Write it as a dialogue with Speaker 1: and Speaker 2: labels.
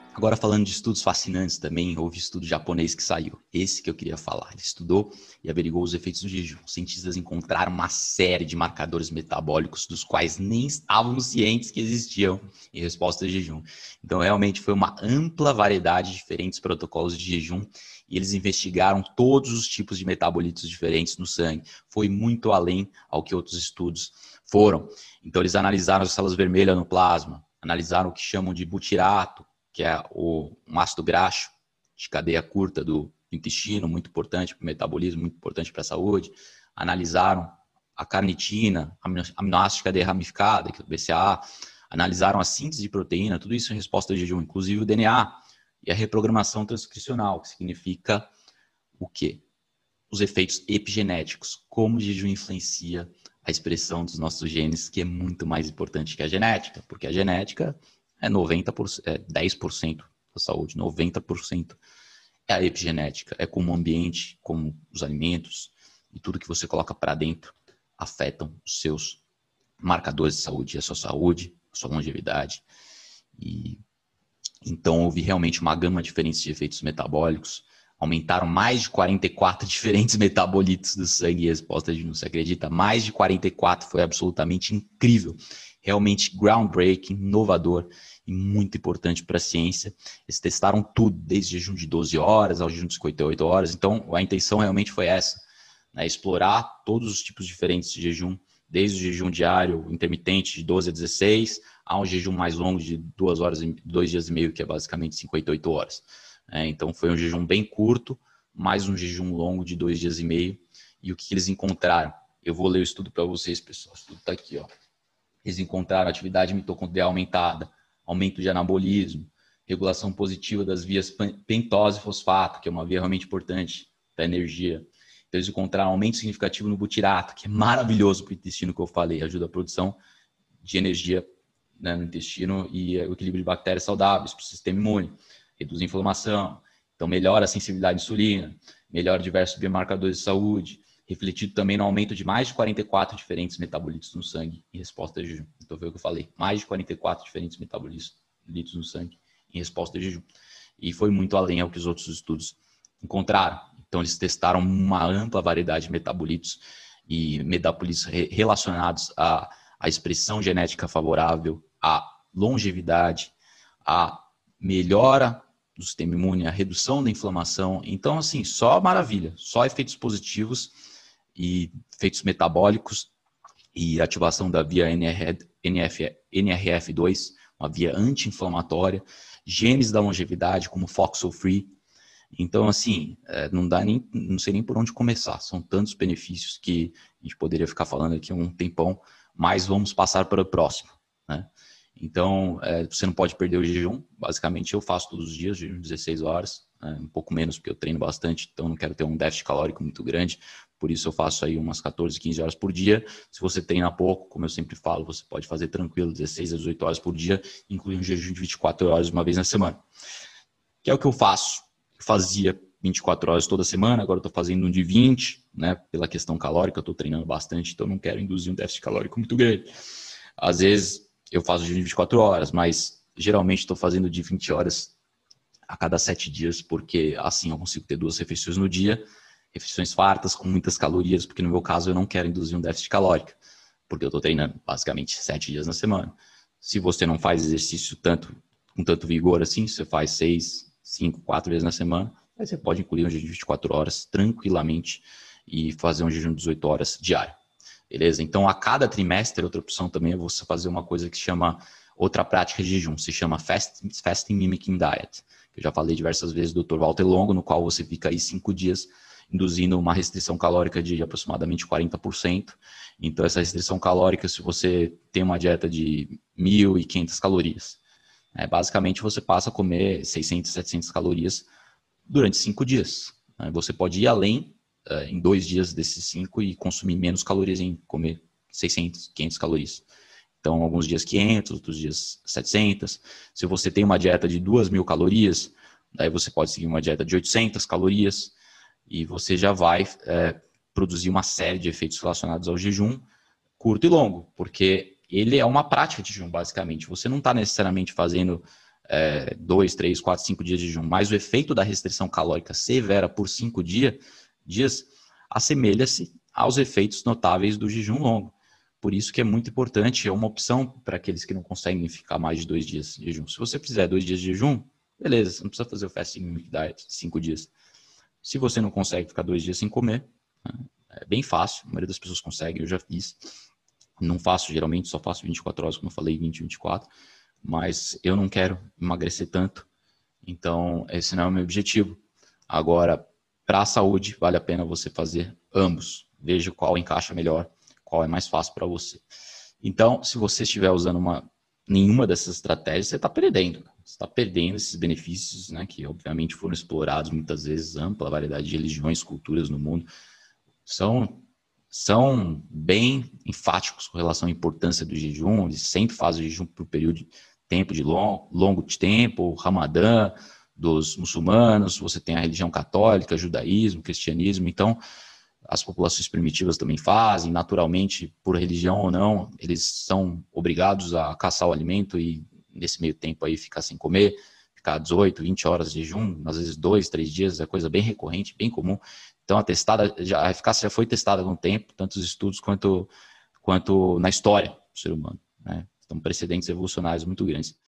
Speaker 1: Agora, falando de estudos fascinantes também, houve estudo japonês que saiu. Esse que eu queria falar. Ele estudou e averigou os efeitos do jejum. Os cientistas encontraram uma série de marcadores metabólicos dos quais nem estávamos cientes que existiam em resposta ao jejum. Então, realmente foi uma ampla variedade de diferentes protocolos de jejum e eles investigaram todos os tipos de metabolitos diferentes no sangue. Foi muito além ao que outros estudos foram. Então, eles analisaram as células vermelhas no plasma, analisaram o que chamam de butirato, que é um ácido graxo de cadeia curta do intestino, muito importante para o metabolismo, muito importante para a saúde. Analisaram a carnitina, aminoácidos de cadeia ramificada, que é o BCAA. Analisaram a síntese de proteína, tudo isso em resposta ao jejum, inclusive o DNA e a reprogramação transcricional, que significa o quê? Os efeitos epigenéticos, como o jejum influencia a expressão dos nossos genes, que é muito mais importante que a genética, porque a genética é 90%, é 10% da saúde, 90% é a epigenética, é como o ambiente, como os alimentos e tudo que você coloca para dentro afetam os seus marcadores de saúde, a sua longevidade. E então houve realmente uma gama diferente de efeitos metabólicos, aumentaram mais de 44 diferentes metabolitos do sangue em resposta de não se acredita, mais de 44, foi absolutamente incrível, realmente groundbreaking, inovador e muito importante para a ciência. Eles testaram tudo, desde jejum de 12 horas ao jejum de 58 horas, então a intenção realmente foi essa, né? Explorar todos os tipos diferentes de jejum, desde o jejum diário intermitente de 12 a 16, a um jejum mais longo de 2 horas, 2 dias e meio, que é basicamente 58 horas. Então foi um jejum bem curto, mais um jejum longo de 2 dias e meio. E o que eles encontraram? Eu vou ler o estudo para vocês, pessoal. O estudo está aqui, ó. Eles encontraram atividade mitocondrial aumentada, aumento de anabolismo, regulação positiva das vias pentose e fosfato, que é uma via realmente importante da energia. Então, eles encontraram aumento significativo no butirato, que é maravilhoso para o intestino, que eu falei, ajuda a produção de energia, né, no intestino e o equilíbrio de bactérias saudáveis para o sistema imune, reduz a inflamação, então melhora a sensibilidade à insulina, melhora diversos biomarcadores de saúde, refletido também no aumento de mais de 44 diferentes metabolitos no sangue em resposta a jejum. Então foi o que eu falei, mais de 44 diferentes metabolitos no sangue em resposta a jejum. E foi muito além ao que os outros estudos encontraram. Então eles testaram uma ampla variedade de metabolitos e metabolitos relacionados à expressão genética favorável, à longevidade, à melhora do sistema imune, à redução da inflamação. Então, assim, só maravilha, só efeitos positivos e efeitos metabólicos e ativação da via NRF2, uma via anti-inflamatória, genes da longevidade como FOXO3. Então, assim, não sei nem por onde começar. São tantos benefícios que a gente poderia ficar falando aqui um tempão, mas vamos passar para o próximo, né? Então, você não pode perder o jejum. Basicamente, eu faço todos os dias, jejum de 16 horas, um pouco menos porque eu treino bastante, então não quero ter um déficit calórico muito grande. Por isso, eu faço aí umas 14, 15 horas por dia. Se você treina pouco, como eu sempre falo, você pode fazer tranquilo, 16 a 18 horas por dia, incluindo um jejum de 24 horas uma vez na semana. Que é o que eu faço. Eu fazia 24 horas toda semana, agora eu estou fazendo um de 20, né? Pela questão calórica, eu estou treinando bastante, então não quero induzir um déficit calórico muito grande. Às vezes eu faço de 24 horas, mas geralmente estou fazendo de 20 horas a cada 7 dias, porque assim eu consigo ter 2 refeições no dia, refeições fartas, com muitas calorias, porque no meu caso eu não quero induzir um déficit calórico, porque eu estou treinando basicamente 7 dias na semana. Se você não faz exercício com tanto vigor assim, você faz 6, 5, 4 vezes na semana, aí você pode incluir um jejum de 24 horas tranquilamente e fazer um jejum de 18 horas diário. Beleza? Então, a cada trimestre, outra opção também é você fazer uma coisa que se chama outra prática de jejum, se chama Fasting Mimicking Diet, que eu já falei diversas vezes do Dr. Walter Longo, no qual você fica aí 5 dias induzindo uma restrição calórica de aproximadamente 40%. Então, essa restrição calórica, se você tem uma dieta de 1.500 calorias, basicamente você passa a comer 600, 700 calorias durante 5 dias. Você pode ir além em 2 dias desses 5 e consumir menos calorias em comer 600, 500 calorias. Então, alguns dias 500, outros dias 700. Se você tem uma dieta de 2.000 calorias, daí você pode seguir uma dieta de 800 calorias e você já vai produzir uma série de efeitos relacionados ao jejum curto e longo, porque ele é uma prática de jejum, basicamente. Você não está necessariamente fazendo 2, 3, 4, 5 dias de jejum, mas o efeito da restrição calórica severa por 5 dias assemelha-se aos efeitos notáveis do jejum longo. Por isso que é muito importante, é uma opção para aqueles que não conseguem ficar mais de 2 dias de jejum. Se você fizer 2 dias de jejum, beleza, você não precisa fazer o fasting diet 5 dias. Se você não consegue ficar 2 dias sem comer, é bem fácil, a maioria das pessoas consegue, eu já fiz. Não faço, geralmente só faço 24 horas, como eu falei, 20, 24. Mas eu não quero emagrecer tanto, então esse não é o meu objetivo. Agora, para a saúde, vale a pena você fazer ambos. Veja qual encaixa melhor, qual é mais fácil para você. Então, se você estiver usando nenhuma dessas estratégias, você está perdendo. Você está perdendo esses benefícios, né, que obviamente foram explorados muitas vezes, ampla variedade de religiões, culturas no mundo. São bem enfáticos com relação à importância do jejum. Eles sempre fazem o jejum por um período de tempo de longo de tempo, o Ramadã dos muçulmanos, você tem a religião católica, judaísmo, cristianismo. Então, as populações primitivas também fazem, naturalmente, por religião ou não, eles são obrigados a caçar o alimento e, nesse meio tempo aí, ficar sem comer, ficar 18, 20 horas de jejum, às vezes 2, 3 dias, é coisa bem recorrente, bem comum. Então, a eficácia já foi testada com o tempo, tanto os estudos quanto na história do ser humano, né? Então, precedentes evolucionários muito grandes.